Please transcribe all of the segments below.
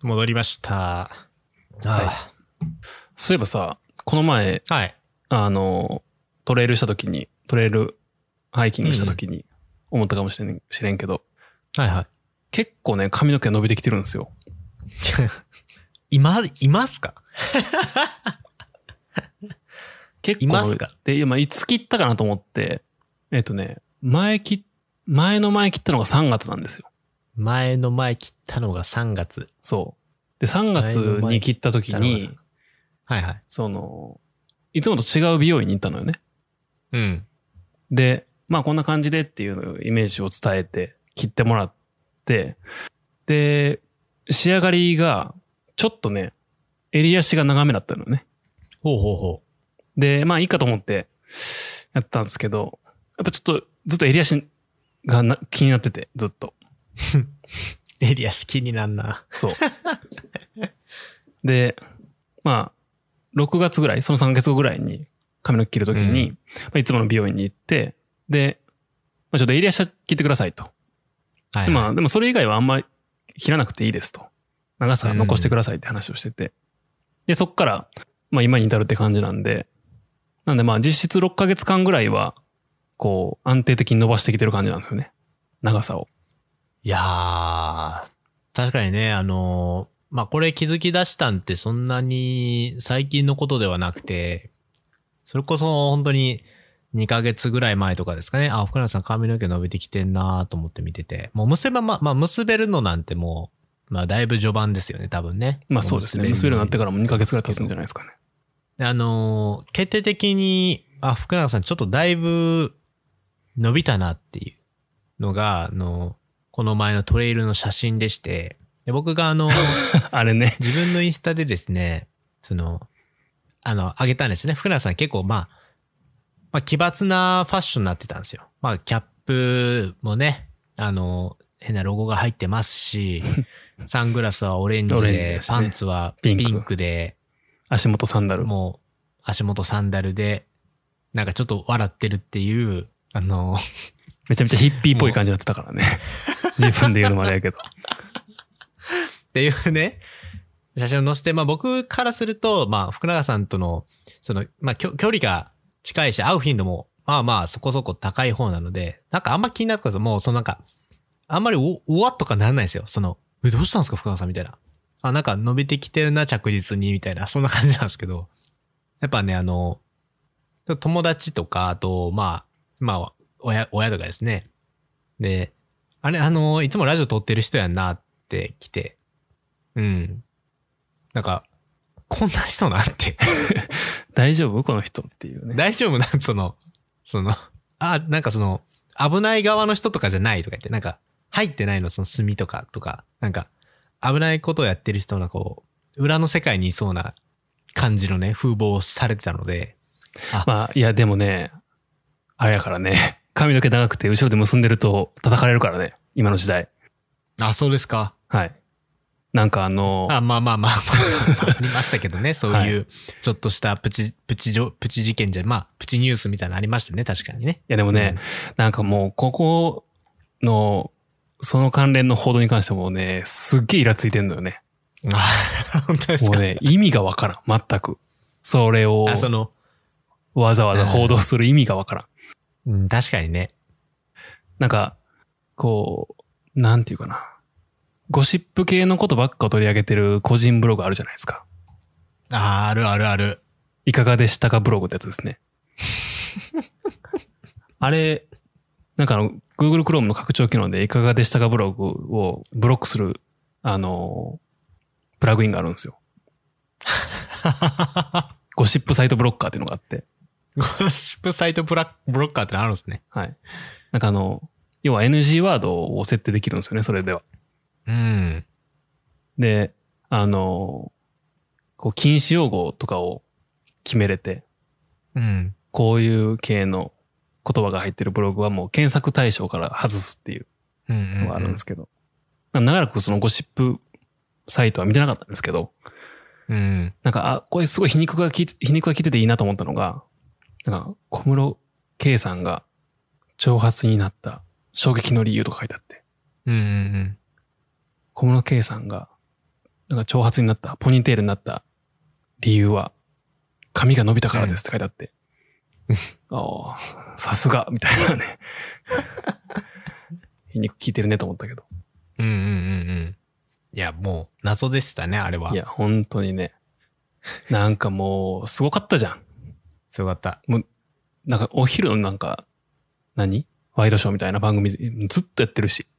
戻りました。 はい。 そういえばさ、この前、 はい。 トレイルハイキングした時に思ったかもしれんけど、 はいはい。 結構ね、髪の毛伸びてきてるんですよ。 いますか結構伸びて。で、いつ切ったかなと思って、前の前切ったのが3月なんですよ。 前の前切ったのが3月。 そう。で、3月に切った時に、 はいはい。 いつもと違う美容院に行ったのよね。 うん。 で、まあこんな感じでっていうイメージを伝えて切ってもらって、で、仕上がりがちょっとね、襟足が長めだったのよね。 ほうほうほう。で、まあいいかと思ってやったんですけど、やっぱちょっとずっと襟足が気になってて、ずっと。 襟足気になんな。 そう。で、まあ、6月ぐらい、その3ヶ月後ぐらいに髪の毛切るときに、いつもの美容院に行って、で、ちょっと襟足切ってくださいと。はいはい、まあ、でもそれ以外はあんまり切らなくていいですと。長さ残してくださいって話をしてて。で、そっから、まあ今に至るって感じなんで、まあ実質6ヶ月間ぐらいは、こう、安定的に伸ばしてきてる感じなんですよね。長さを。 いやー、確かにね、まあこれ気づき出したんってそんなに最近のことではなくて、それこそ本当に2ヶ月ぐらい前とかですかね。あ、福永さん髪の毛伸びてきてんなーと思って見てて。もう結べるのなんてもう、まあだいぶ序盤ですよね、多分ね。 まあそうですね。結べるようになってからも2ヶ月ぐらい経つんじゃないですかね。 決定的に、福永さんちょっとだいぶ伸びたなっていうのが、この前のトレイルの写真でして、で僕があれね。 自分のインスタでですね、あげたんですね。福永さん結構まあ奇抜なファッションになってたんですよ。まあキャップもね、変なロゴが入ってますし、サングラスはオレンジで、パンツはピンクで、 足元サンダル。 もう足元サンダルで、なんかちょっと笑ってるっていう、 めちゃめちゃヒッピーっぽい感じになってたからね。自分で言うのもあれやけど。 っていうね、写真を載せて、まあ僕からすると、まあ福永さんとの、まあ距離が近いし、会う頻度も、まあまあそこそこ高い方なので、なんかあんま気になったこともうなんか、あんまりおわっとかならないんですよ。どうしたんですか福永さんみたいな。あ、なんか伸びてきてるな着実にみたいな、そんな感じなんですけど、やっぱね、友達とか、あと、まあ、親とかですね。で、あれ、いつもラジオ撮ってる人やんなって来て、うん。なんか、こんな人なんて。 大丈夫この人っていうね。 大丈夫なんなんか危ない側の人とかじゃないとか言って、なんか、入ってないの、炭とか、なんか、危ないことをやってる人のこう、裏の世界にいそうな感じのね、風貌をされてたので。 まあ、いや、でもね、あれやからね、髪の毛長くて後ろで結んでると叩かれるからね、今の時代。 あ、そうですか。 はい。なんかまありましたけどね、そういう、ちょっとしたプチ事件じゃ、まあ、プチニュースみたいなのありましたね、確かにね。 いやでもね、なんかもう、ここの、その関連の報道に関してもね、すっげえイラついてんのよね。 あ、本当ですか。 もうね、意味がわからん、全く。それを、わざわざ報道する意味がわからん。うん、確かにね。 なんか、こう、なんていうかな。ゴシップ系のことばっかを取り上げてる個人ブログあるじゃないですか。 あるあるある。 いかがでしたかブログってやつですね。あれ、なんかGoogle Chrome の拡張機能でいかがでしたかブログをブロックする、プラグインがあるんですよ。ゴシップサイトブロッカーっていうのがあって。 ゴシップサイトブロッカーってのあるんですね。 はい。なんか要は NG ワードを設定できるんですよね、それでは。 うん。 で、こう禁止用語とかを決めれて、 うん。 こういう系の言葉が入ってるブログはもう検索対象から外すっていうのがあるんですけど、長らくそのゴシップサイトは見てなかったんですけど、 うん。 なんか、これすごい皮肉が効いてていいなと思ったのが、なんか、小室圭さんが挑発になった衝撃の理由とか書いてあって、 うんうんうん。 小室圭さんがなんか長髪になった、ポニーテールになった理由は、髪が伸びたからですって書いてあって。ああ、さすが、みたいなね。皮肉聞いてるねと思ったけど。 うんうんうんうん。いや、もう謎でしたね、あれは。 いや、本当にね。なんかもう、すごかったじゃん。 すごかった。 もう、なんかお昼のなんか、ワイドショーみたいな番組ずっとやってるし。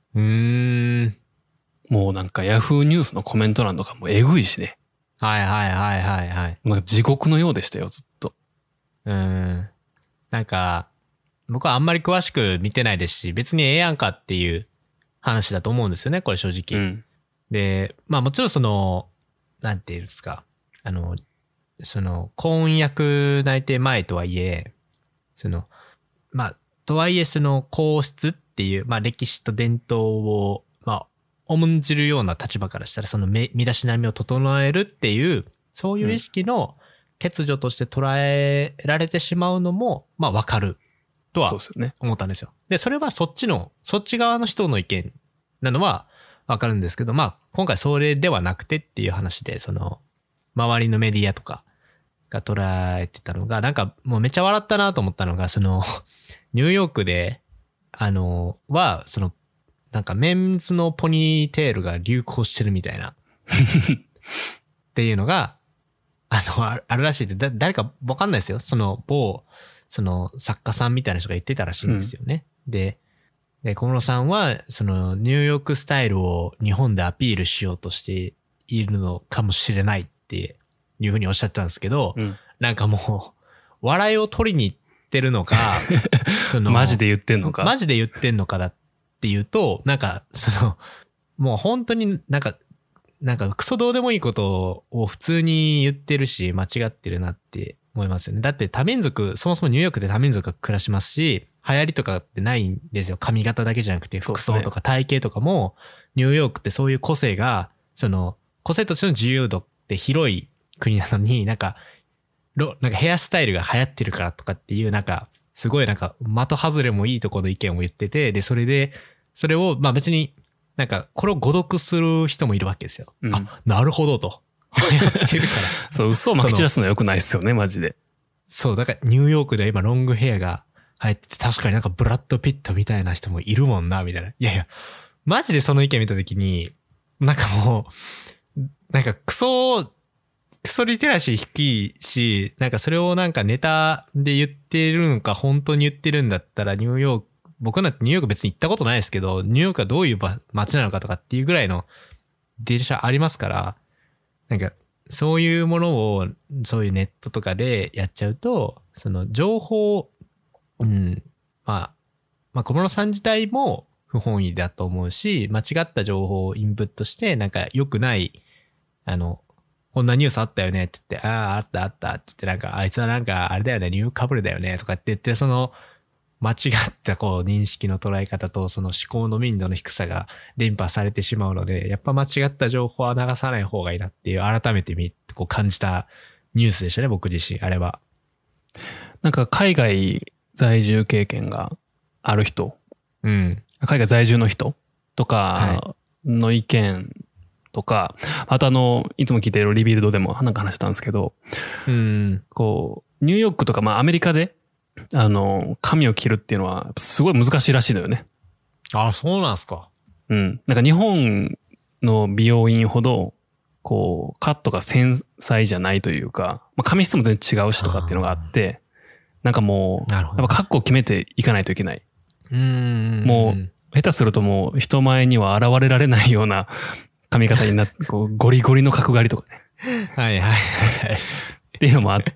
もうなんかヤフーニュースのコメント欄とかもえぐいしね。 はいはいはいはいはい。 なんか地獄のようでしたよ、ずっと。 なんか、僕はあんまり詳しく見てないですし、別にええやんかっていう話だと思うんですよね、これ正直。で、まあもちろんその、なんていうんですか。その、婚約内定前とはいえ、その、まあ、とはいえその皇室っていう、まあ歴史と伝統を、まあ、重んじるような立場からしたら、その身だしなみを整えるっていう、そういう意識の欠如として捉えられてしまうのも、まあわかるとは思ったんですよ。で、それはそっち側の人の意見なのはわかるんですけど、まあ今回それではなくてっていう話で、その、周りのメディアとかが捉えてたのが、なんかもうめっちゃ笑ったなと思ったのが、その、ニューヨークで、その、なんかメンズのポニーテールが流行してるみたいな。っていうのが、あるらしいって、誰かわかんないですよ。そのその作家さんみたいな人が言ってたらしいんですよね。で、小室さんは、そのニューヨークスタイルを日本でアピールしようとしているのかもしれないっていうふうにおっしゃってたんですけど、なんかもう、笑いを取りに行ってるのか、その、 マジで言ってんのかだっていうと、なんか、その、もう本当になんかクソどうでもいいことを普通に言ってるし、間違ってるなって思いますよね。だって多民族、そもそもニューヨークで多民族が暮らしますし、流行りとかってないんですよ。髪型だけじゃなくて服装とか体型とかも、ニューヨークってそういう個性が、その、個性としての自由度って広い国なのに、なんかヘアスタイルが流行ってるからとかっていう、なんか、すごいなんか、的外れもいいところの意見を言ってて、で、それを、まあ別に、なんか、これを誤読する人もいるわけですよ。あ、なるほどと。やってるから。 そう、嘘をまき散らすのは良くないですよね、マジで。 そう、だからニューヨークで今ロングヘアが流行ってて、確かになんかブラッド・ピットみたいな人もいるもんな、みたいな。いやいや、マジでその意見見たときに、なんかもう、なんかクソリテラシー低いし、なんかそれをなんかネタで言ってるのか、本当に言ってるんだったら、僕なんてニューヨーク別に行ったことないですけど、ニューヨークはどういう街なのかとかっていうぐらいのデータありますから、なんかそういうものを、そういうネットとかでやっちゃうと、その情報、まあ小室さん自体も不本意だと思うし、間違った情報をインプットして、なんか良くない、こんなニュースあったよねって言って、あったって言って、なんかあいつはなんかあれだよね、ニューカブルだよねとかって言って、その、間違ったこう認識の捉え方とその思考の民度の低さが伝播されてしまうので、やっぱ間違った情報は流さない方がいいなっていう改めてこう感じたニュースでしたね、僕自身、あれは。 なんか海外在住経験がある人、海外在住の人とかの意見とか、あといつも聞いているリビルドでもなんか話したんですけど、こう、ニューヨークとかアメリカで髪を切るっていうのは、すごい難しいらしいのよね。 あ、そうなんすか。 なんか日本の美容院ほど、こう、カットが繊細じゃないというか、髪質も全然違うしとかっていうのがあって、なんかもう、やっぱ覚悟を決めていかないといけない。もう、下手するともう、人前には現れられないような髪型になって、こう、ゴリゴリの角刈りとかね。 はいはい。 っていうのもあって、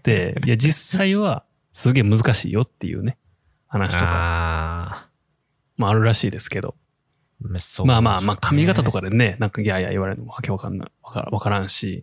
いや、実際は、すげえ難しいよっていうね、話とか。あるらしいですけど。まあ、髪型とかでね、なんか、いや言われるのもわけわからんし。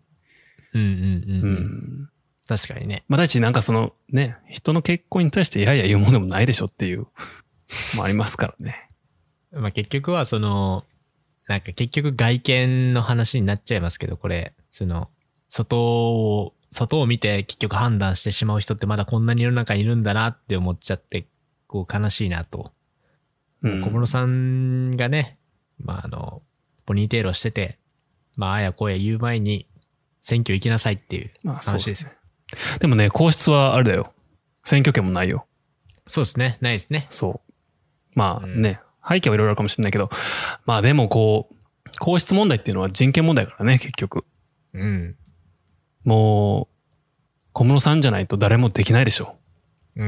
確かにね。 第一なんかそのね、人の結婚に対していや言うものでもないでしょっていう、もありますからね。 結局はなんか結局外見の話になっちゃいますけど、これ、外を見て結局判断してしまう人ってまだこんなに世の中にいるんだなって思っちゃって、こう悲しいなと。小室さんがね、ポニーテールをしてて、 まあ、あやこや言う前に、選挙行きなさいっていう話ですよ。 でもね、皇室はあれだよ。選挙権もないよ。 そうですね。ないですね。 そう。まあね、背景はいろいろあるかもしれないけど、まあでもこう、皇室問題っていうのは人権問題からね、結局。 うん。 もう、小室さんじゃないと誰もできないでしょ。 うん。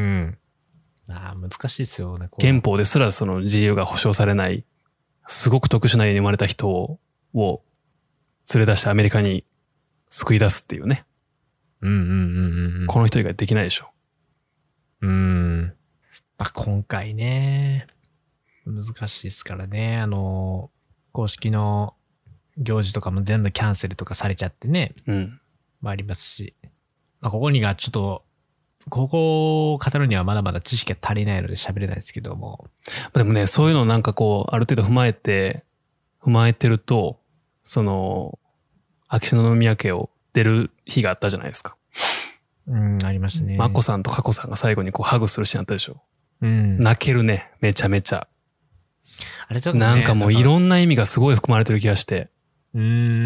ああ、難しいですよね。 憲法ですらその自由が保障されない、すごく特殊な家に生まれた人を連れ出してアメリカに救い出すっていうね。 うんうんうんうん。 この人以外できないでしょ。 まあ、今回ね、難しいですからね。公式の行事とかも全部キャンセルとかされちゃってね。 うん。 まあありますし。まあ、ここにがちょっと、ここを語るにはまだまだ知識が足りないので喋れないですけども。 でもね、そういうのをなんかこう、ある程度踏まえてると、秋篠宮家を出る日があったじゃないですか。 ありましたね。 眞子さんと佳子さんが最後にこうハグするシーンあったでしょ。 泣けるね、めちゃめちゃ。 あれちょっとね、 なんかもういろんな意味がすごい含まれてる気がして。 確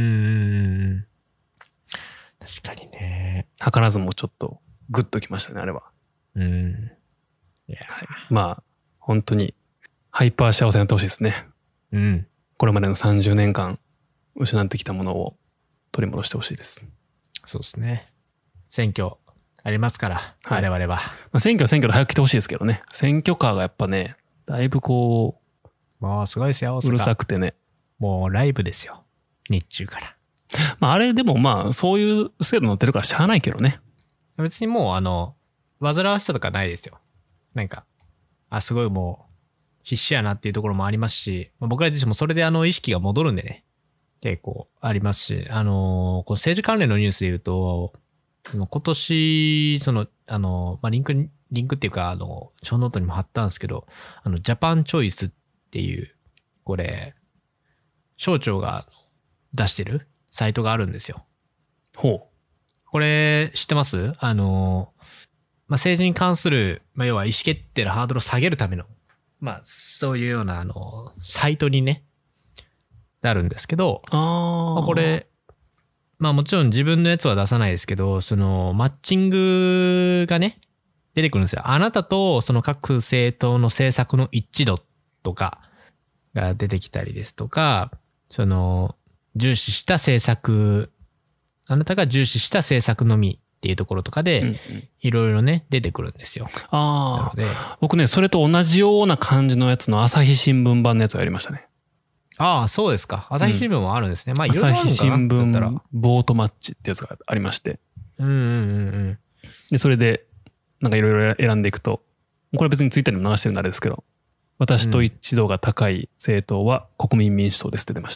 かにね。 図らずもちょっとグッときましたね、あれは。 いや、 はい、まあ、本当にハイパー幸せになってほしいですね。これまでの30年間失ってきたものを取り戻してほしいです。 そうですね。選挙ありますから、 はい、 我々は。 まあ、選挙は選挙で早く来てほしいですけどね。選挙カーがやっぱね、だいぶこう、 もうすごいですよ、 うるさくてね。 もうライブですよ。日中から。 まああれでもまあそういう制度になってるからしゃあないけどね。 別にもう煩わしさとかないですよ。なんか、すごいもう必死やなっていうところもありますし、僕ら自身もそれで意識が戻るんでね。結構ありますし、この政治関連のニュースで言うと、今年、リンクっていうか、小ノートにも貼ったんですけど、ジャパンチョイスっていう、これ、省庁が出してるサイトがあるんですよ。 ほう。 これ、知ってます？政治に関する、要は意思決定のハードルを下げるための、そういうような、サイトにね、なるんですけど、これ、もちろん自分のやつは出さないですけど、マッチングがね、出てくるんですよ。あなたとその各政党の政策の一致度とかが出てきたりですとか、重視した政策、あなたが重視した政策のみっていうところとかで、いろいろね、出てくるんですよ。 なので僕ね、それと同じような感じのやつの朝日新聞版のやつをやりましたね。 そうですか。朝日新聞もあるんですね。 朝日新聞ボートマッチってやつがありまして。で、それで、なんかいろいろ選んでいくと、これ別にツイッターにも流してるんであれですけど、私と一致度が高い政党は国民民主党ですって出ました。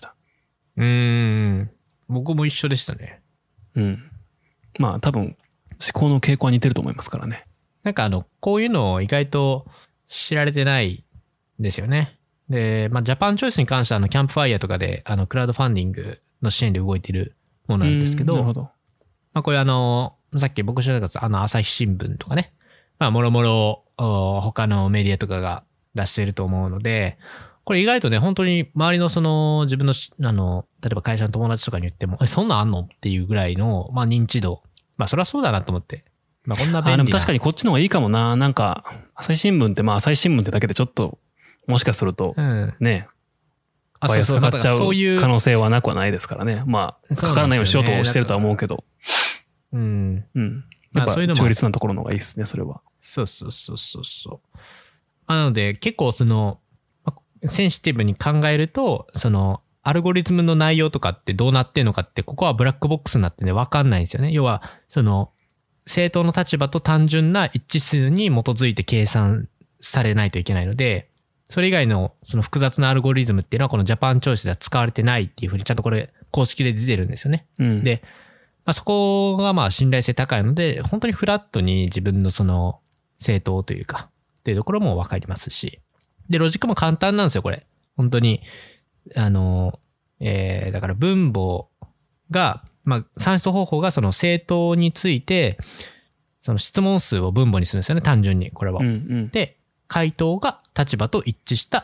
僕も一緒でしたね。 まあ多分、思考の傾向は似てると思いますからね。 なんかこういうの意外と知られてないんですよね。で、ジャパンチョイスに関してはキャンプファイヤーとかでクラウドファンディングの支援で動いてるものなんですけど、 なるほど。 これさっき僕知らなかった朝日新聞とかね、もろもろ他のメディアとかが出していると思うので、これ意外とね、本当に周りの自分の例えば会社の友達とかに言っても、そんなんあんのっていうぐらいの、認知度。そりゃそうだなと思って。こんな便利な。 でも確かにこっちの方がいいかもな。なんか、朝日新聞って朝日新聞ってだけでちょっと、もしかすると、ね、バイアスかかっちゃう可能性はなくはないですからね。かからないようにしようとしてるとは思うけど。やっぱ中立なところの方がいいですね、それは。 そう。なので、結構センシティブに考えると、アルゴリズムの内容とかってどうなってんのかって、ここはブラックボックスになってね、わかんないんですよね。要は、政党の立場と単純な一致数に基づいて計算されないといけないので、それ以外の複雑なアルゴリズムっていうのはこのジャパンチョイスでは使われてないっていうふうにちゃんとこれ公式で出てるんですよね。で、そこが信頼性高いので、本当にフラットに自分の政党というか、っていうところもわかりますし。で、ロジックも簡単なんですよ、これ。本当に。だから分母が、算出方法が政党について、質問数を分母にするんですよね、単純に、これは。で、回答が立場と一致した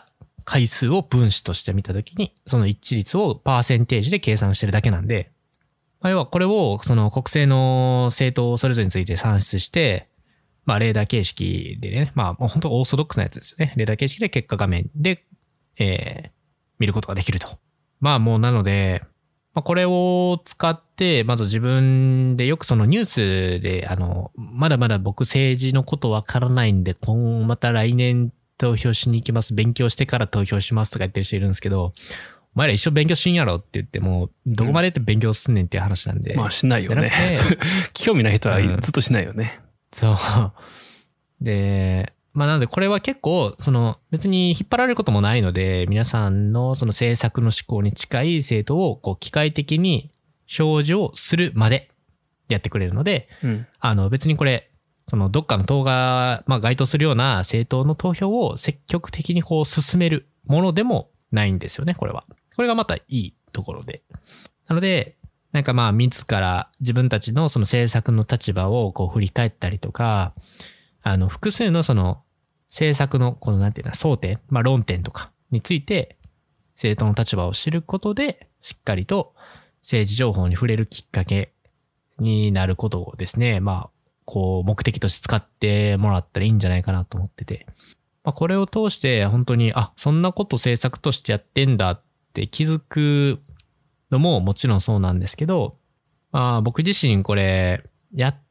回数を分子として見たときに、その一致率をパーセンテージで計算してるだけなんで、要はこれをその国政の政党それぞれについて算出して、レーダー形式でね、もう本当オーソドックスなやつですよね。レーダー形式で結果画面で、見ることができると。もうなので、これを使って、まず自分でよくそのニュースで、まだまだ僕政治のことわからないんで、また来年投票しに行きます。勉強してから投票しますとか言ってる人いるんですけど、お前ら一生勉強しんやろって言っても、どこまでって勉強すんねんっていう話なんで。 しないよね。興味ない人はずっとしないよね。 そう。で、なのでこれは結構、別に引っ張られることもないので、皆さんのその政策の思考に近い政党をこう機械的に表示をするまでやってくれるので、別にこれ、どっかの党が、該当するような政党の投票を積極的にこう進めるものでもないんですよね、これは。これがまたいいところで。なので、自ら自分たちのその政策の立場をこう振り返ったりとか、複数のその政策のこの争点、論点とかについて政党の立場を知ることで、しっかりと政治情報に触れるきっかけになることをですね、こう目的として使ってもらったらいいんじゃないかなと思ってて。これを通して本当に、そんなこと政策としてやってんだって気づくのももちろんそうなんですけど、僕自身これやって、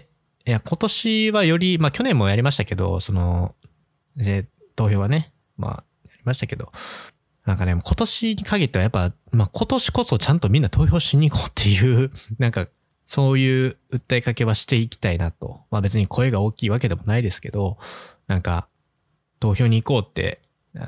今年はより、去年もやりましたけど、投票はね、やりましたけど、今年に限ってはやっぱ、今年こそちゃんとみんな投票しに行こうっていう、そういう訴えかけはしていきたいなと。別に声が大きいわけでもないですけど、投票に行こうって、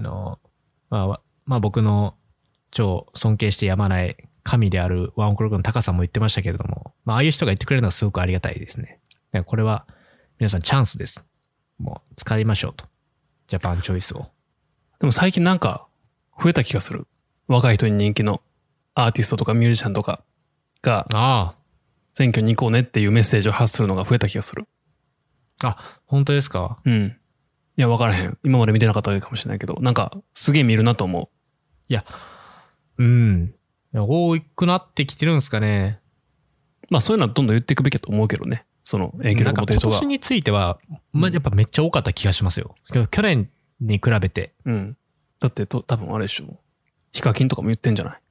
僕の超尊敬してやまない神であるワンオクロックの高さんも言ってましたけれども、ああいう人が言ってくれるのはすごくありがたいですね。これは皆さんチャンスです。もう使いましょうと。ジャパンチョイスを。 でも最近増えた気がする。若い人に人気のアーティストとかミュージシャンとかが、選挙に行こうねっていうメッセージを発するのが増えた気がする。 本当ですか？ うん。いや、わからへん。今まで見てなかったかもしれないけど、すげえ見るなと思う。 いや、多くなってきてるんですかね。 そういうのはどんどん言っていくべきだと思うけどね。その影響力持ってる人が。 今年については、やっぱめっちゃ多かった気がしますよ。去年に比べて。 だって多分あれでしょ。ヒカキンとかも言ってんじゃない？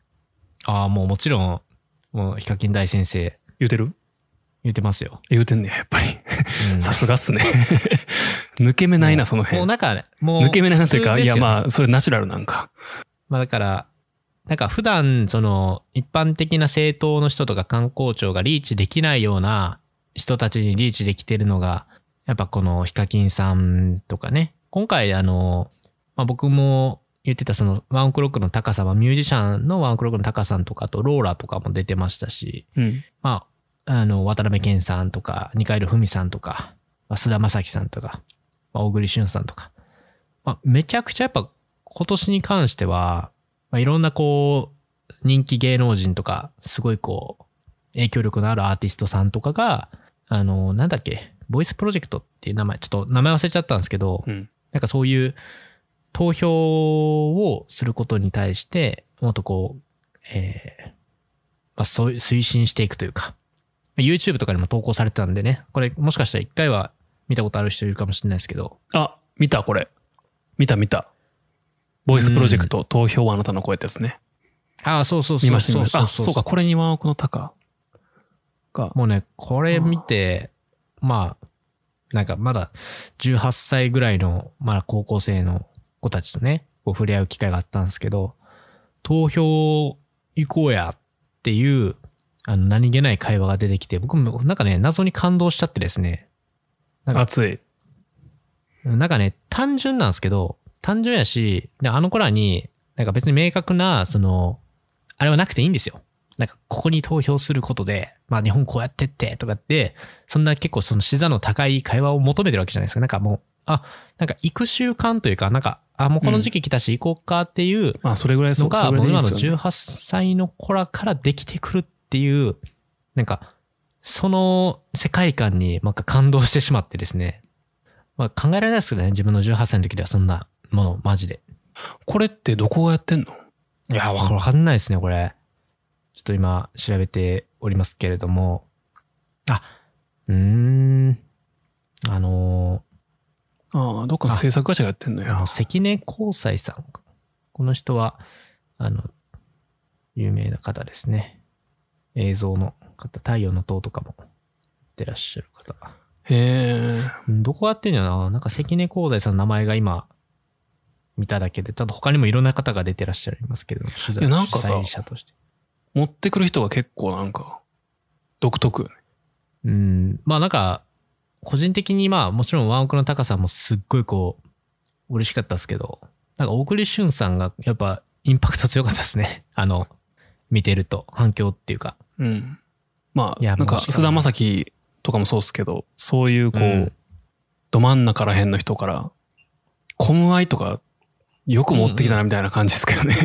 もちろん、ヒカキン大先生。 言うてる？ 言ってますよ。 言うてんねやっぱり。さすがっすね。抜け目ないな、その辺。抜け目ないなというか、いやそれナチュラルなんか。 だから、普段、一般的な政党の人とか観光庁がリーチできないような人たちにリーチできてるのが、やっぱこのヒカキンさんとかね。今回僕も言ってたワンオクロックの高さはミュージシャンのワンオクロックの高さんとかとローラとかも出てましたし、渡辺謙さんとか、二階堂ふみさんとか、菅田将暉さんとか、小栗旬さんとか、めちゃくちゃやっぱ今年に関しては、いろんな人気芸能人とか、すごい影響力のあるアーティストさんとかが、ボイスプロジェクトっていう名前、ちょっと名前忘れちゃったんですけど、そういう投票をすることに対して、もっと推進していくというか、YouTube とかにも投稿されてたんでね、これもしかしたら一回は見たことある人いるかもしれないですけど。 見たこれ。見た。ボイスプロジェクト、投票はあなたの声ってやつね。 そうそう。 見ました。そうか、これにワンオクの高が。 もうね、これ見て、まだ18歳ぐらいの、高校生の子たちとね、触れ合う機会があったんですけど、投票行こうやっていう、何気ない会話が出てきて、僕も謎に感動しちゃってですね。 熱い。 単純なんですけど、単純やし、あの子らに、別に明確な、あれはなくていいんですよ。ここに投票することで、日本こうやってってとかって、そんな結構視座の高い会話を求めてるわけじゃないですか。行く習慣というか、もうこの時期来たし行こうかっていうそれぐらいのが、今の18歳の子らからできてくるっていう、その世界観に感動してしまってですね。考えられないですけどね、自分の18歳の時ではそんなもの、マジで。 これってどこがやってんの？ いや、わかんないですね、これ。ちょっと今調べておりますけれども。あ、 どっかの制作会社がやってんのよ。 関根光斎さん。この人は、有名な方ですね。映像の方、太陽の塔とかもやってらっしゃる方。 へえ。 どこやってんのな。なんか関根光斎さんの名前が今、見ただけで、ちょっと他にもいろんな方が出てらっしゃいますけれども、 いやなんかさ主催者として。 持ってくる人が結構なんか、独特よね。 まあなんか、個人的にまあもちろんワンオクの高さんもすっごいこう、嬉しかったですけど、なんか小栗旬さんがやっぱインパクト強かったですね。見てると反響っていうか。 うん。まあ、なんか菅田将暉とかもそうっすけど、そういうこう、ど真ん中ら辺の人から、コムアイとかよく持ってきたなみたいな感じですけどね。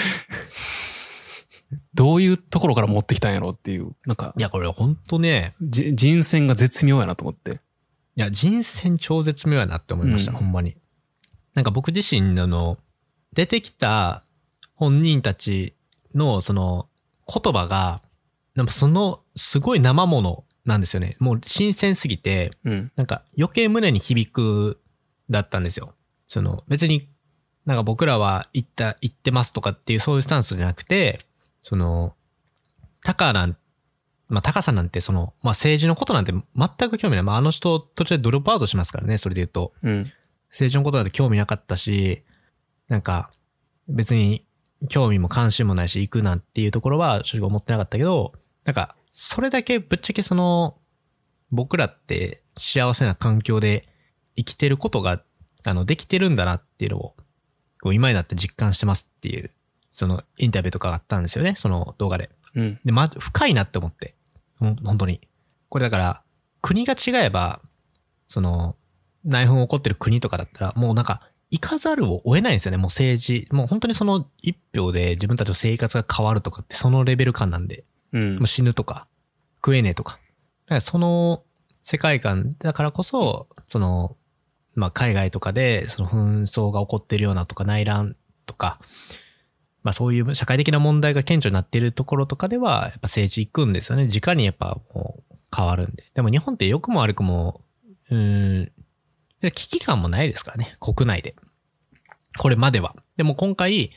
どういうところから持ってきたんやろっていう、なんか。 いや、これほんとね。 人選が絶妙やなと思って。いや、人選超絶妙やなって思いました、ほんまに。なんか僕自身出てきた本人たちのその言葉が、なんかすごい生ものなんですよね。もう新鮮すぎて、なんか余計胸に響くだったんですよ。別になんか僕らは言ってますとかっていうそういうスタンスじゃなくて、タカさんなんて政治のことなんて全く興味ない。あの人途中でドロップアウトしますからね、それで言うと。政治のことなんて興味なかったし、なんか別に興味も関心もないし行くなんていうところは正直思ってなかったけど、なんかそれだけぶっちゃけ僕らって幸せな環境で生きてることができてるんだなっていうのをこう今になって実感してますっていうインタビューとかがあったんですよね、その動画で。で、深いなって思って。本当に。これだから、国が違えば、内紛起こってる国とかだったら、もうなんか、行かざるを得ないんですよね、もう政治。もう本当に一票で自分たちの生活が変わるとかってそのレベル感なんで。もう死ぬとか、食えねえとか。だからその世界観だからこそ、海外とかで紛争が起こってるようなとか内乱とか、そういう社会的な問題が顕著になっているところとかでは、やっぱ政治行くんですよね。直にやっぱもう変わるんで。でも日本って良くも悪くも、危機感もないですからね。国内で。これまでは。でも今回、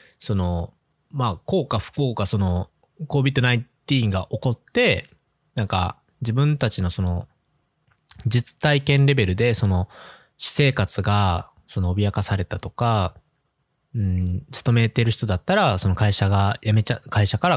幸か不幸かCOVID-19 が起こって、なんか自分たちの実体験レベルで私生活が脅かされたとか、勤めてる人だったら、会社から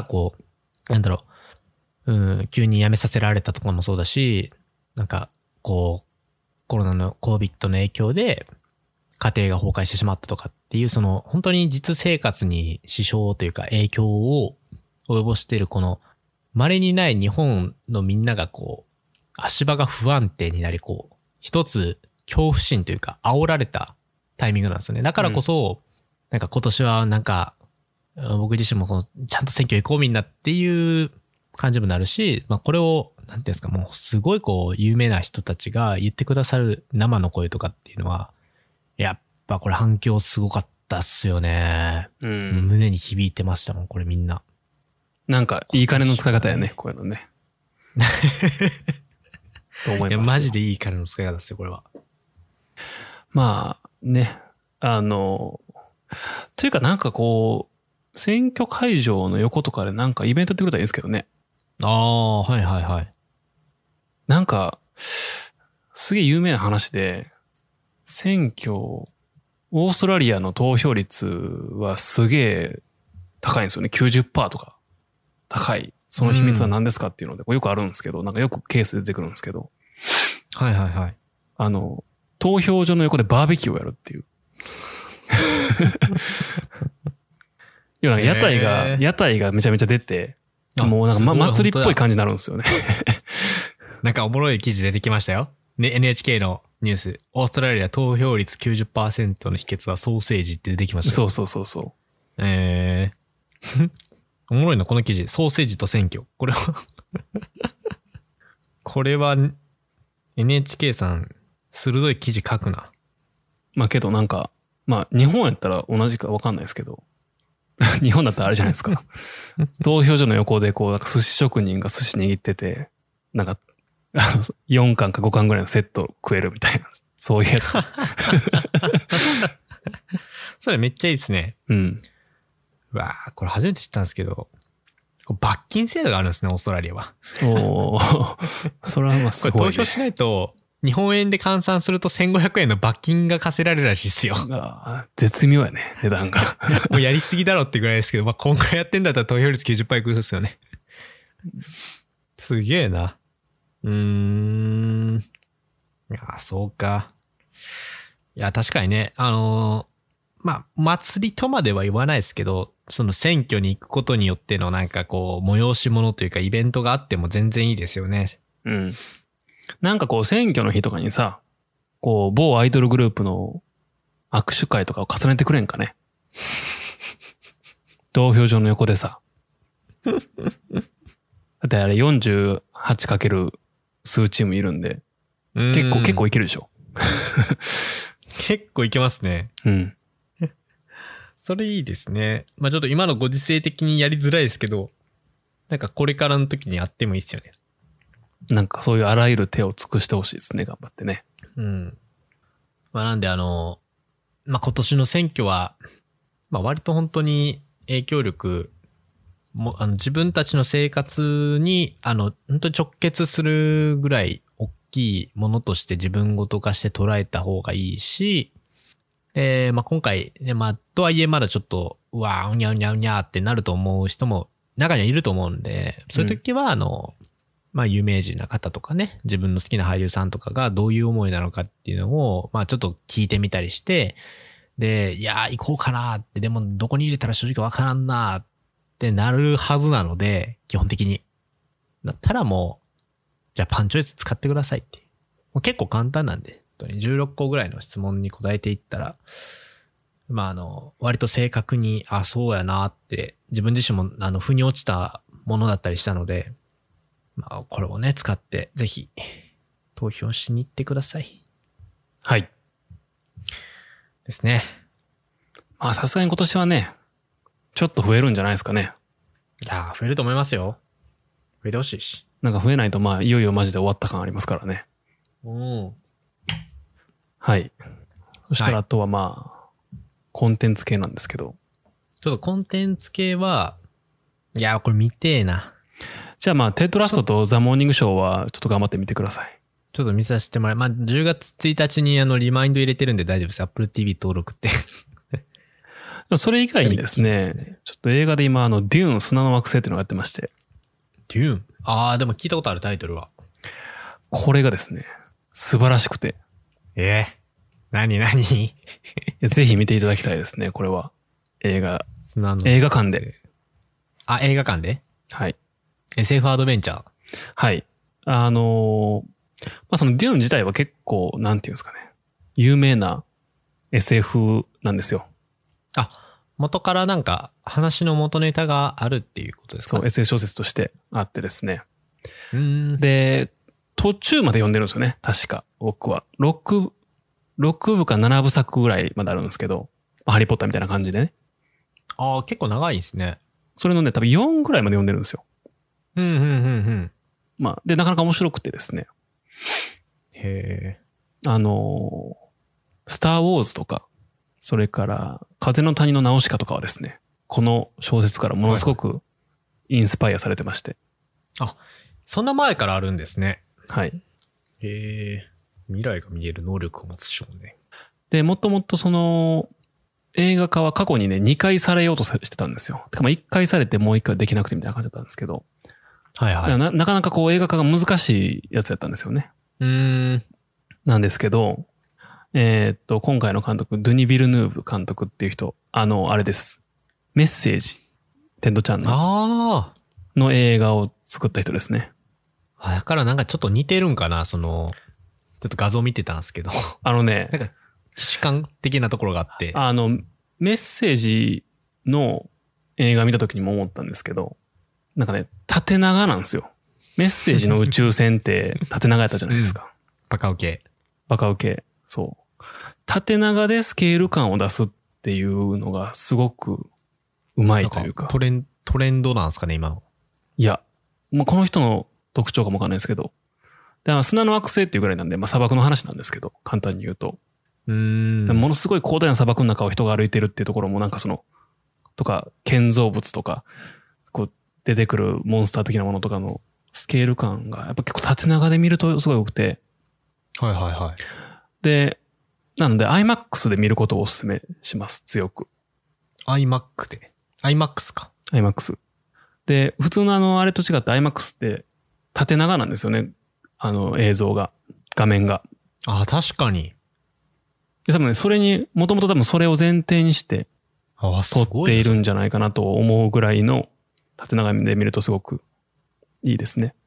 急に辞めさせられたとかもそうだし、なんか、コロナの COVID の影響で、家庭が崩壊してしまったとかっていう、本当に実生活に支障というか影響を及ぼしている稀にない日本のみんなが足場が不安定になり、一つ恐怖心というか煽られたタイミングなんですよね。だからこそ、なんか今年はなんか、僕自身もちゃんと選挙行こうみんなっていう感じもなるし、これを、なんていうんですか、もうすごい有名な人たちが言ってくださる生の声とかっていうのは、やっぱこれ反響すごかったっすよね。胸に響いてましたもん、これみんな。 なんか、いい金の使い方やね、こういうのね。と思います。 マジでいい金の使い方ですよ、これは。 まあ、ね。というかなんか選挙会場の横とかでなんかイベントやってくれたらいいですけどね。 はいはいはい。 なんか、すげえ有名な話で、選挙、オーストラリアの投票率はすげえ高いんですよね。90% とか。高い。その秘密は何ですかっていうので、よくあるんですけど、なんかよくケースで出てくるんですけど。 はいはいはい。 投票所の横でバーベキューをやるっていう。要は屋台がめちゃめちゃ出て、もうなんか祭りっぽい感じになるんですよね。 なんかおもろい記事出てきましたよ。ね、NHK のニュース。オーストラリア投票率 90% の秘訣はソーセージって出てきました。 そう。 おもろいな、この記事。ソーセージと選挙。これは NHK さん、鋭い記事書くな。 けどなんか、 まあ日本やったら同じか分かんないですけど、日本だったらあれじゃないですか。投票所の横でこう、なんか寿司職人が寿司握ってて、なんか、4貫か5貫ぐらいのセット食えるみたいな、そういうやつ。 それめっちゃいいですね。 うん。 うわー、これ初めて知ったんですけど、罰金制度があるんですね、オーストラリアは。 おー、それはまあすごい、ね。 これ投票しないと、日本円で換算すると1500円の罰金が課せられるらしいですよ。 絶妙やね、値段が。 もうやりすぎだろってぐらいですけど、まあ、今回やってんだったら投票率 90% いくですよね。すげえな。いや、そうか。いや、確かにね、まあ、祭りとまでは言わないですけど、その選挙に行くことによってのなんかこう、催し物というかイベントがあっても全然いいですよね。 うん。なんかこう選挙の日とかにさ、こう某アイドルグループの握手会とかを重ねてくれんかね。投票所の横でさ。だってあれ 48× 数チームいるんで、結構いけるでしょ。 結構いけますね。 うん。 それいいですね。まあちょっと今のご時世的にやりづらいですけど、なんかこれからの時にやってもいいですよね。 なんかそういうあらゆる手を尽くしてほしいですね、頑張ってね。 うん。まあなんでまあ今年の選挙は、まあ割と本当に影響力も、自分たちの生活に、本当に直結するぐらい大きいものとして自分ごと化して捉えた方がいいし、で、まあ今回、ね、まあとはいえまだちょっと、うわー、うにゃうにゃうにゃってなると思う人も中にはいると思うんで、そういう時はまあ有名人な方とかね、自分の好きな俳優さんとかがどういう思いなのかっていうのを、まあちょっと聞いてみたりして、で、いやー行こうかなって、でもどこに入れたら正直わからんなってなるはずなので、基本的に。だったらもう、じゃあパンチョイス使ってくださいって。もう結構簡単なんで、本当に16個ぐらいの質問に答えていったら、まあ割と正確に、あ、そうやなって、自分自身も腑に落ちたものだったりしたので、まあこれをね、使って、ぜひ、投票しに行ってください。 はい。 ですね。 まあさすがに今年はね、ちょっと増えるんじゃないですかね。 いやー、増えると思いますよ。増えてほしいし。 なんか増えないとまあいよいよマジで終わった感ありますからね。はい。そしたらあとはまあ、コンテンツ系なんですけど。 ちょっとコンテンツ系は、いやーこれ見てえな。 じゃあまあ、テッドラストとザ・モーニングショーはちょっと頑張ってみてください。 ちょっと見させてもらい、まあ10月1日にリマインド入れてるんで大丈夫です。Apple TV 登録って。 それ以外にですね、ちょっと映画で今デューン砂の惑星っていうのがやってまして。 デューン？ああ、でも聞いたことあるタイトルは。 これがですね、素晴らしくて。 何ぜひ見ていただきたいですね、これは。映画館で。 あ、映画館で？ はい。 SF アドベンチャー。 はい。まあ、そのデューン自体は結構、なんていうんですかね。有名な SF なんですよ。 あ、元からなんか話の元ネタがあるっていうことですか？ そう、SF 小説としてあってですね。で、途中まで読んでるんですよね。確か、僕は。6部か7部作ぐらいまであるんですけど、ハリーポッターみたいな感じでね。 ああ、結構長いですね。 それのね、多分4ぐらいまで読んでるんですよ。まあ、で、なかなか面白くてですね。 へえ。 スター・ウォーズとか、それから、風の谷のナウシカとかはですね、この小説からものすごくインスパイアされてまして。 あ、そんな前からあるんですね。 はい。 へえ。未来が見える能力を持つ少年。 で、もともとその、映画化は過去にね、2回されようとしてたんですよ。てかまあ1回されてもう1回できなくてみたいな感じだったんですけど。 はいはい。 なかなかこう映画化が難しいやつやったんですよね。なんですけど、今回の監督、ドゥニ・ビルヌーブ監督っていう人、あれです。メッセージ、テンドちゃんの映画を作った人ですね。 だからなんかちょっと似てるんかな、ちょっと画像見てたんですけど。なんか、主観的なところがあって。 メッセージの映画見た時にも思ったんですけど、なんかね、縦長なんですよ。メッセージの宇宙船って縦長やったじゃないですか。 バカウケ。 そう。 縦長でスケール感を出すっていうのがすごくうまいというか。 トレンドなんですかね、今の。 いや、もうこの人の特徴かもわかんないですけど。だから砂の惑星っていうぐらいなんで、まあ砂漠の話なんですけど、簡単に言うと。ものすごい広大な砂漠の中を人が歩いてるっていうところもなんかとか、建造物とか、こう出てくるモンスター的なものとかのスケール感がやっぱ結構縦長で見るとすごい良くて。 はいはいはい。 で、なので IMAX で見ることをお勧めします、強く。 iMac で。iMAX か。 IMAX。で、普通のあれと違って IMAX って縦長なんですよね。映像が、画面が。 ああ、確かに。 で、多分ね、もともと多分それを前提にして、撮っているんじゃないかなと思うぐらいの縦長で見るとすごくいいですね。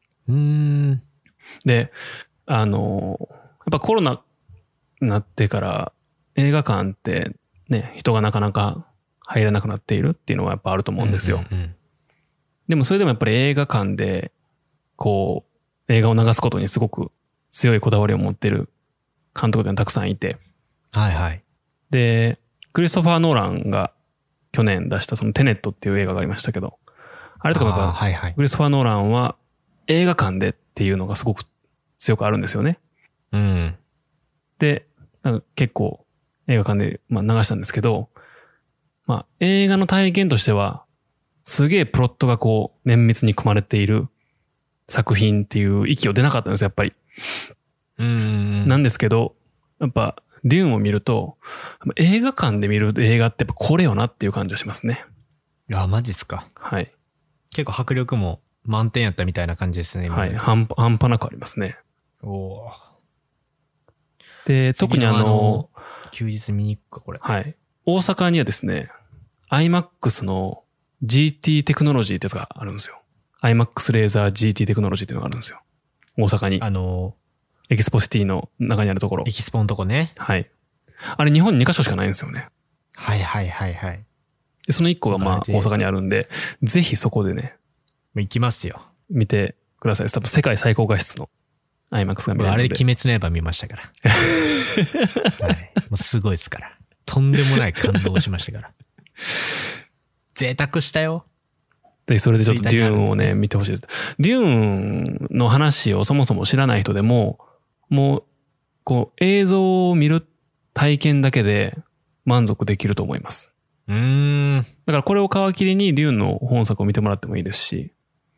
で、やっぱコロナになってから映画館ってね、人がなかなか入らなくなっているっていうのはやっぱあると思うんですよ。でもそれでもやっぱり映画館で、こう、映画を流すことにすごく強いこだわりを持っている監督がたくさんいて。 はいはい。 で、クリストファー・ノーランが去年出したそのテネットっていう映画がありましたけど、あれとかもやっぱ、クリストファー・ノーランは映画館でっていうのがすごく強くあるんですよね。 うん。 で、なんか結構映画館で流したんですけど、まあ映画の体験としては、すげえプロットがこう綿密に組まれている作品っていう息を出なかったんですよ、やっぱり。なんですけど、やっぱデューンを見ると、映画館で見る映画ってやっぱこれよなっていう感じがしますね。 いや、マジっすか。 はい。 結構迫力も満点やったみたいな感じですね。 はい。半端なくありますね。 おー。 で、特に休日見に行くか、これ。 はい。大阪にはですね、IMAX の GT テクノロジーってやつがあるんですよ。IMAX レーザー GT テクノロジーっていうのがあるんですよ。大阪に。エキスポシティの中にあるところ。 エキスポのとこね。 はい。あれ日本に2カ所しかないんですよね。 はいはいはいはい。 で、その1個が大阪にあるんで、ぜひそこでね。 行きますよ。 見てください。多分世界最高画質の IMAX が見れるんで。 あれで鬼滅の刃見ましたから。はい。もうすごいですから。とんでもない感動をしましたから。贅沢したよ。 で、それでちょっとデューンをね、見てほしいです。デューンの話をそもそも知らない人でも、もう、こう、映像を見る体験だけで満足できると思います。だからこれを皮切りにデューンの本作を見てもらってもいいですし。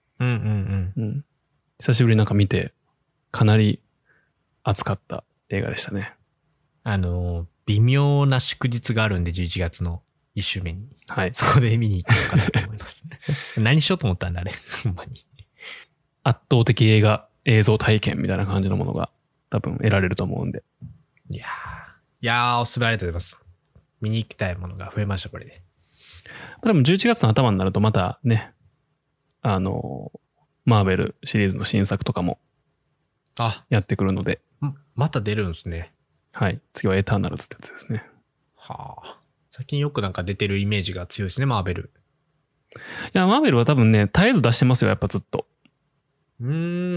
久しぶりになんか見て、かなり熱かった映画でしたね。 微妙な祝日があるんで、11月の1週目に。 はい。 そこで見に行こうかなと思います。何しようと思ったんだ、あれ。ほんまに。 圧倒的映像体験みたいな感じのものが多分得られると思うんで。 いやー、おすすめありがとうございます。見に行きたいものが増えました、これで。 でも11月の頭になるとまたね、マーベルシリーズの新作とかもやってくるので。 また出るんですね。 はい。次はエターナルズってやつですね。 はあ。最近よくなんか出てるイメージが強いですね、マーベル。 いや、マーベルは多分ね、絶えず出してますよ、やっぱずっと。デ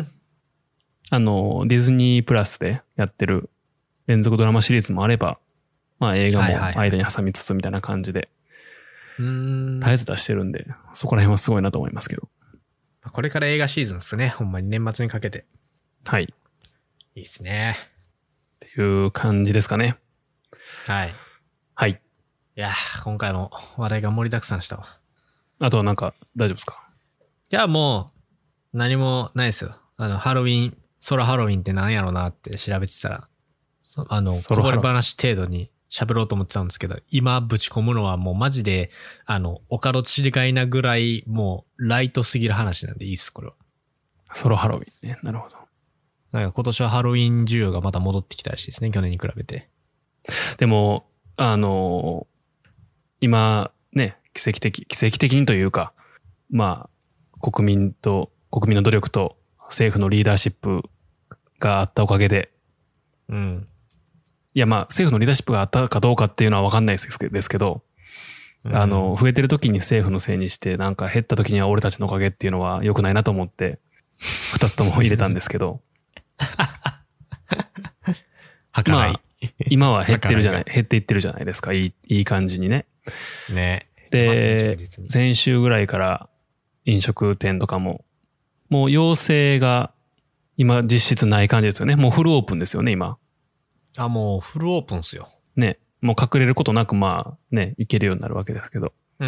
ィズニープラスでやってる連続ドラマシリーズもあれば、まあ映画も間に挟みつつみたいな感じで、絶えず出してるんで、そこら辺はすごいなと思いますけど。 これから映画シーズンですね、ほんまに年末にかけて。 はい。 いいっすね。 っていう感じですかね。 はい。 はい。 いやー、今回も話題が盛りだくさんしたわ。 あとはなんか大丈夫ですか？ いや、もう何もないですよ。ハロウィン、ソロハロウィンって何やろうなって調べてたら、こぼれ話程度に喋ろうと思ってたんですけど、今ぶち込むのはもうマジで、お門違いなぐらい、もうライトすぎる話なんでいいっす、これは。 ソロハロウィンね。なるほど。 なんか今年はハロウィン需要がまた戻ってきたらしいですね、去年に比べて。 でも、今ね、奇跡的にというか、まあ、国民の努力と政府のリーダーシップがあったおかげで、いやまあ政府のリーダーシップがあったかどうかっていうのは分かんないですけど、増えてる時に政府のせいにして、なんか減った時には俺たちのおかげっていうのは良くないなと思って、2つとも入れたんですけど。 はかない。 今は減ってるじゃない、減っていってるじゃないですか。いい感じにね。 ね。 で、先週ぐらいから飲食店とかも、もう要請が今実質ない感じですよね。もうフルオープンですよね、今。 もうフルオープンっすよ。 ね。もう隠れることなくまあね、行けるようになるわけですけど。 うん。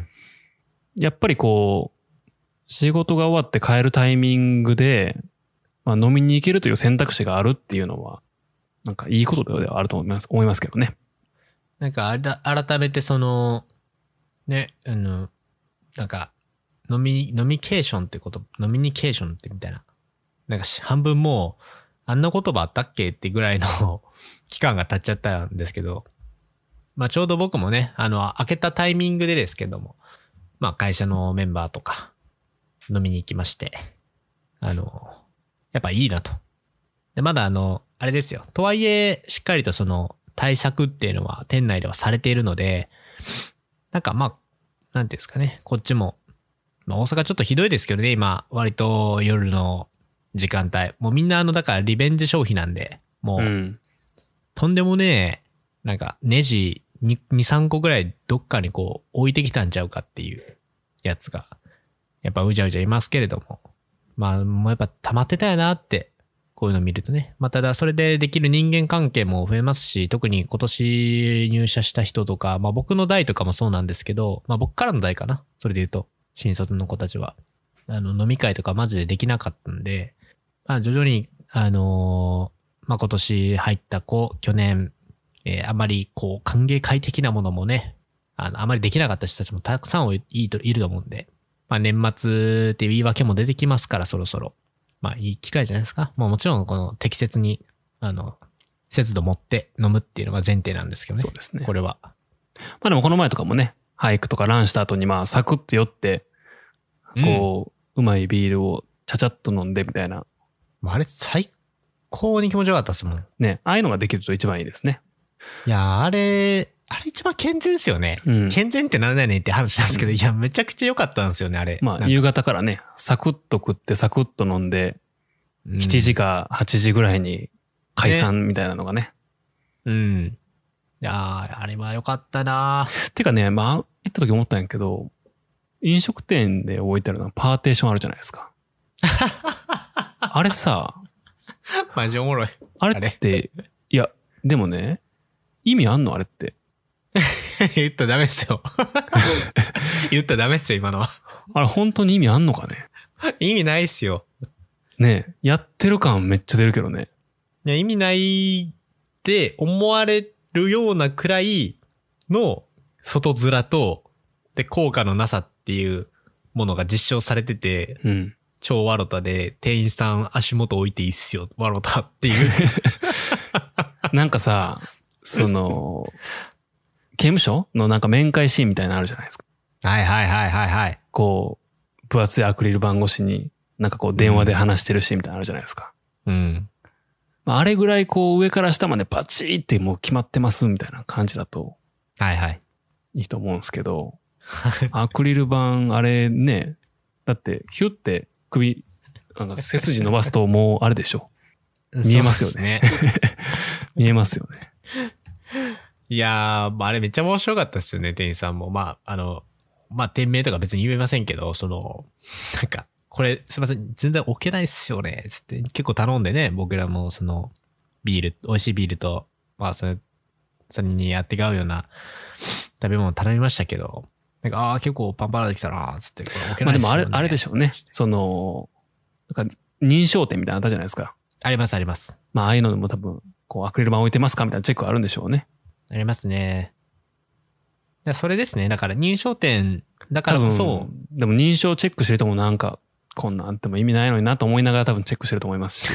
やっぱりこう、仕事が終わって帰るタイミングで、まあ飲みに行けるという選択肢があるっていうのは、なんかいいことではあると思いますけどね。 なんか改めてその、ね、なんか、ノミニケーションってこと、ノミニケーションってみたいな。なんか半分もう、あんな言葉あったっけってぐらいの期間が経っちゃったんですけど、まあちょうど僕もね、開けたタイミングでですけども、まあ会社のメンバーとか飲みに行きまして、やっぱいいなと。で、まだあれですよ。とはいえ、しっかりとその対策っていうのは店内ではされているので、なんかまあ、なんていうんですかね、こっちも、まあ大阪ちょっとひどいですけどね、今、割と夜の時間帯。もうみんなだからリベンジ消費なんで、もう、とんでもねえ、なんかネジ2、3個ぐらいどっかにこう置いてきたんちゃうかっていうやつが、やっぱうじゃうじゃいますけれども、まあもうやっぱ溜まってたよなって、こういうの見るとね。まあただそれでできる人間関係も増えますし、特に今年入社した人とか、まあ僕の代とかもそうなんですけど、まあ僕からの代かな。それで言うと、新卒の子たちは。飲み会とかマジでできなかったんで、まあ徐々に、まあ今年入った子、去年、あまりこう歓迎会的なものもね、あまりできなかった人たちもたくさんいると思うんで、まあ年末っていう言い訳も出てきますから、そろそろ。まあいい機会じゃないですか。まあもちろんこの適切に、節度持って飲むっていうのが前提なんですけどね。 そうですね。 これは。 まあでもこの前とかもね、ハイクとかランした後にまあサクッと酔って、こう、うまいビールをちゃちゃっと飲んでみたいな。 あれ最高に気持ちよかったですもん。 ね、ああいうのができると一番いいですね。 いや、あれ一番健全ですよね。健全ってなんだよねって話なんですけど、いや、めちゃくちゃ良かったんですよね、あれ。 まあ、夕方からね、サクッと食ってサクッと飲んで、7時か8時ぐらいに解散みたいなのがね。 うん。いやー、あれは良かったなー。 てかね、まあ、行った時思ったんやけど、飲食店で置いてあるのはパーテーションあるじゃないですか。あれさ、 マジおもろい。 あれって、いや、でもね、意味あんのあれって。 言ったらダメっすよ。言ったらダメっすよ、今のは。 あれ本当に意味あんのかね。 意味ないっすよ。 ねえ、やってる感めっちゃ出るけどね。 いや、意味ないって思われるようなくらいの外面と、で、効果のなさっていうものが実証されてて、超ワロタで店員さん足元置いていいっすよ、ワロタっていう。 なんかさ、刑務所のなんか面会シーンみたいなのあるじゃないですか。 はい。 こう、分厚いアクリル板越しに、なんかこう電話で話してるシーンみたいなのあるじゃないですか。あれぐらいこう上から下までパチーってもう決まってますみたいな感じだと、いいと思うんですけど、アクリル板、あれね、だってヒュって首、なんか背筋伸ばすともうあれでしょ。見えますよね。見えますよね。 いやー、あれめっちゃ面白かったですよね、店員さんも。まあ、店名とか別に言えませんけど、なんか、これ、すいません、全然置けないっすよね、つって結構頼んでね、僕らもビール、美味しいビールと、まあ、それにあってがうような食べ物頼みましたけど、なんか、結構パンパンできたな、つって、これ置けないっすよね。 まあでもあれでしょうね。なんか認証店みたいなのあったじゃないですか。 あります。 まあ、ああいうのでも多分、こう、アクリル板置いてますかみたいなチェックあるんでしょうね。 ありますね。それですね。だから認証店だからこそ。 でも認証チェックしてる人もなんか、こんなんあっても意味ないのになと思いながら多分チェックしてると思いますし。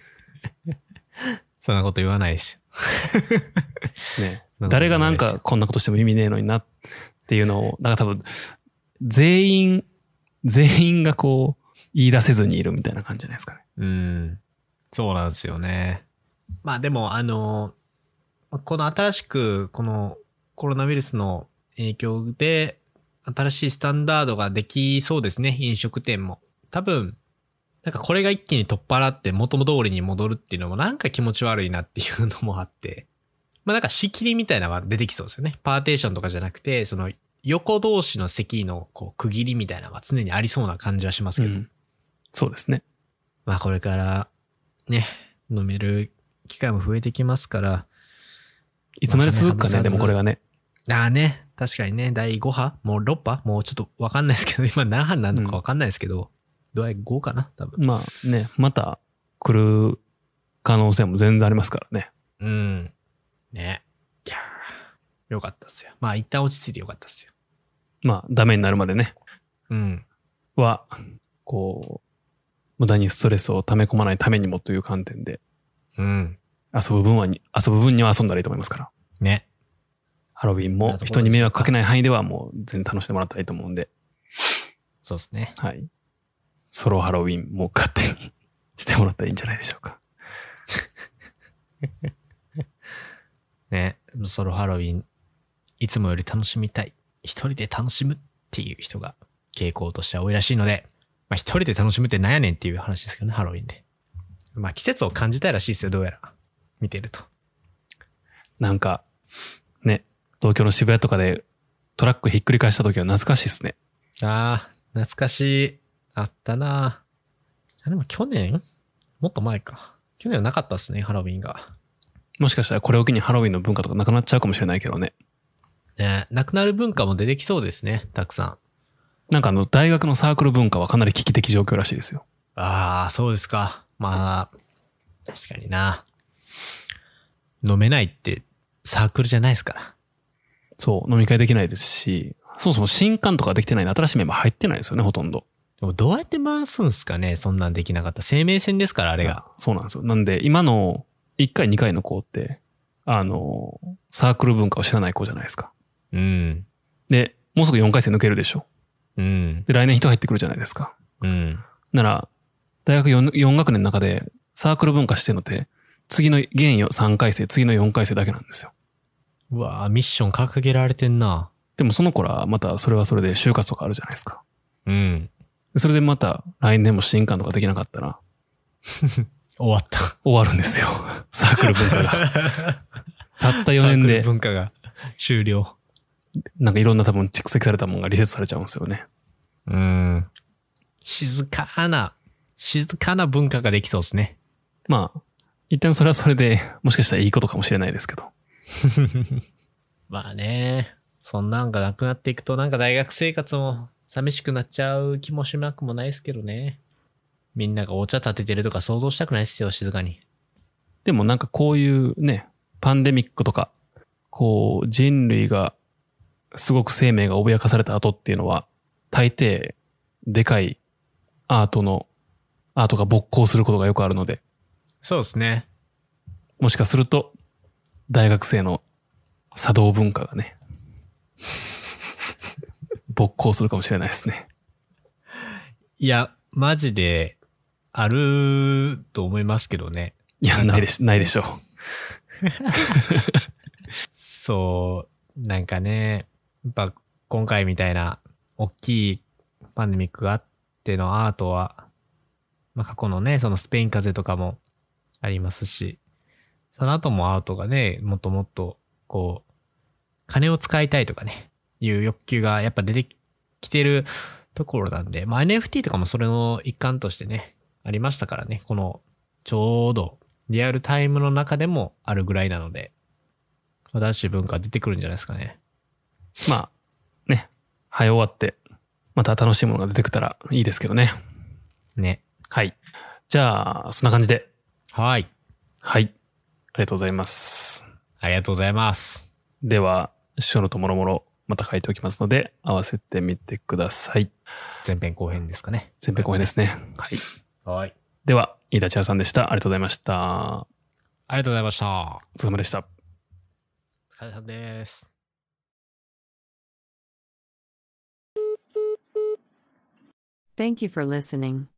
そんなこと言わないです。 ね。誰がなんかこんなことしても意味ねえのになっていうのを、だから多分、全員がこう、言い出せずにいるみたいな感じじゃないですかね。 そうなんですよね。まあでもこの新しくこのコロナウイルスの影響で新しいスタンダードができそうですね。飲食店も。多分、なんかこれが一気に取っ払って元々通りに戻るっていうのもなんか気持ち悪いなっていうのもあって。 まあなんか仕切りみたいなのは出てきそうですよね。パーテーションとかじゃなくて、その横同士の席のこう区切りみたいなのは常にありそうな感じはしますけど。 そうですね。 まあこれからね、飲める機会も増えてきますから。 いつまで続くかね、でもこれがね。 ああね、確かにね、第5波もう6波もうちょっとわかんないですけど、今何波になるのかわかんないですけど、第5かな多分。 まあね、また来る可能性も全然ありますからね。 うん。ね。いやー、よかったっすよ。まあ一旦落ち着いてよかったっすよ。 まあダメになるまでね。 うん。 は、こう、無駄にストレスを溜め込まないためにもという観点で、 うん。 遊ぶ分には遊んだらいいと思いますから。 ね。 ハロウィンも人に迷惑かけない範囲ではもう全然楽しんでもらったらいいと思うんで。 そうですね。 はい。ソロハロウィンも勝手にしてもらったらいいんじゃないでしょうか。 ね。ソロハロウィン、いつもより楽しみたい。一人で楽しむっていう人が傾向としては多いらしいので、まあ一人で楽しむってなんやねんっていう話ですけどね、ハロウィンで。まあ季節を感じたいらしいですよ、どうやら。見てると。 なんか、ね、東京の渋谷とかでトラックひっくり返した時は懐かしいですね。 ああ、懐かしい。あったな。でも去年もっと前か。去年はなかったっすね、ハロウィンが。 もしかしたらこれを機にハロウィンの文化とかなくなっちゃうかもしれないけどね。 ね、なくなる文化も出てきそうですね、たくさん。 なんか大学のサークル文化はかなり危機的状況らしいですよ。 ああ、そうですか。まあ、確かにな。飲めないってサークルじゃないですから。 そう、飲み会できないですし、そもそも新刊とかできてないの新しいメンバー入ってないですよね、ほとんど。 でもどうやって回すんすかね、そんなんできなかった。生命線ですから、あれが。 そうなんですよ。なんで、今の1回2回の子って、サークル文化を知らない子じゃないですか。 うん。 で、もうすぐ4回生抜けるでしょ。 うん。 で、来年人入ってくるじゃないですか。 うん。 なら、大学 4学年の中でサークル文化してるのって、次の現3回生、次の4回生だけなんですよ。 うわぁ、ミッション掲げられてんな。 でもその子ら、またそれはそれで就活とかあるじゃないですか。 うん。 それでまた来年も新刊とかできなかったら、 終わった。 終わるんですよ。サークル文化が。たった4年で。 サークル文化が終了。 なんかいろんな多分蓄積されたものがリセットされちゃうんですよね。 静かな文化ができそうですね。 まあ、一旦それはそれでもしかしたらいいことかもしれないですけど。 まあね、そんなんがなくなっていくとなんか大学生活も寂しくなっちゃう気もしなくもないですけどね。みんながお茶立ててるとか想像したくないですよ、静かに。 でもなんかこういうね、パンデミックとか、こう人類がすごく生命が脅かされた後っていうのは、大抵でかいアートが勃興することがよくあるので。 そうですね。 もしかすると、大学生の茶道文化がね、勃興するかもしれないですね。 いや、マジで、あると思いますけどね。 いや、ないでしょう。 そう、なんかね、やっぱ今回みたいな大きいパンデミックがあってのアートは、まあ過去のね、そのスペイン風邪とかもありますし、その後もアートがね、もっともっと、こう、金を使いたいとかね、いう欲求がやっぱ出てきてるところなんで、まあ NFT とかもそれの一環としてね、ありましたからね、この、ちょうどリアルタイムの中でもあるぐらいなので、新しい文化出てくるんじゃないですかね。 まあ、ね、早終わって、また楽しいものが出てきたらいいですけどね。 ね。 はい。じゃあ、そんな感じで。 はい。 はい。ありがとうございます。 ありがとうございます。 では、書のともろもろ、また書いておきますので、合わせてみてください。 前編後編ですかね。 前編後編ですね。はい。 はい。 では、飯田千葉さんでした。ありがとうございました。 ありがとうございました。 お疲れ様でした。 お疲れ様です。 Thank you for listening.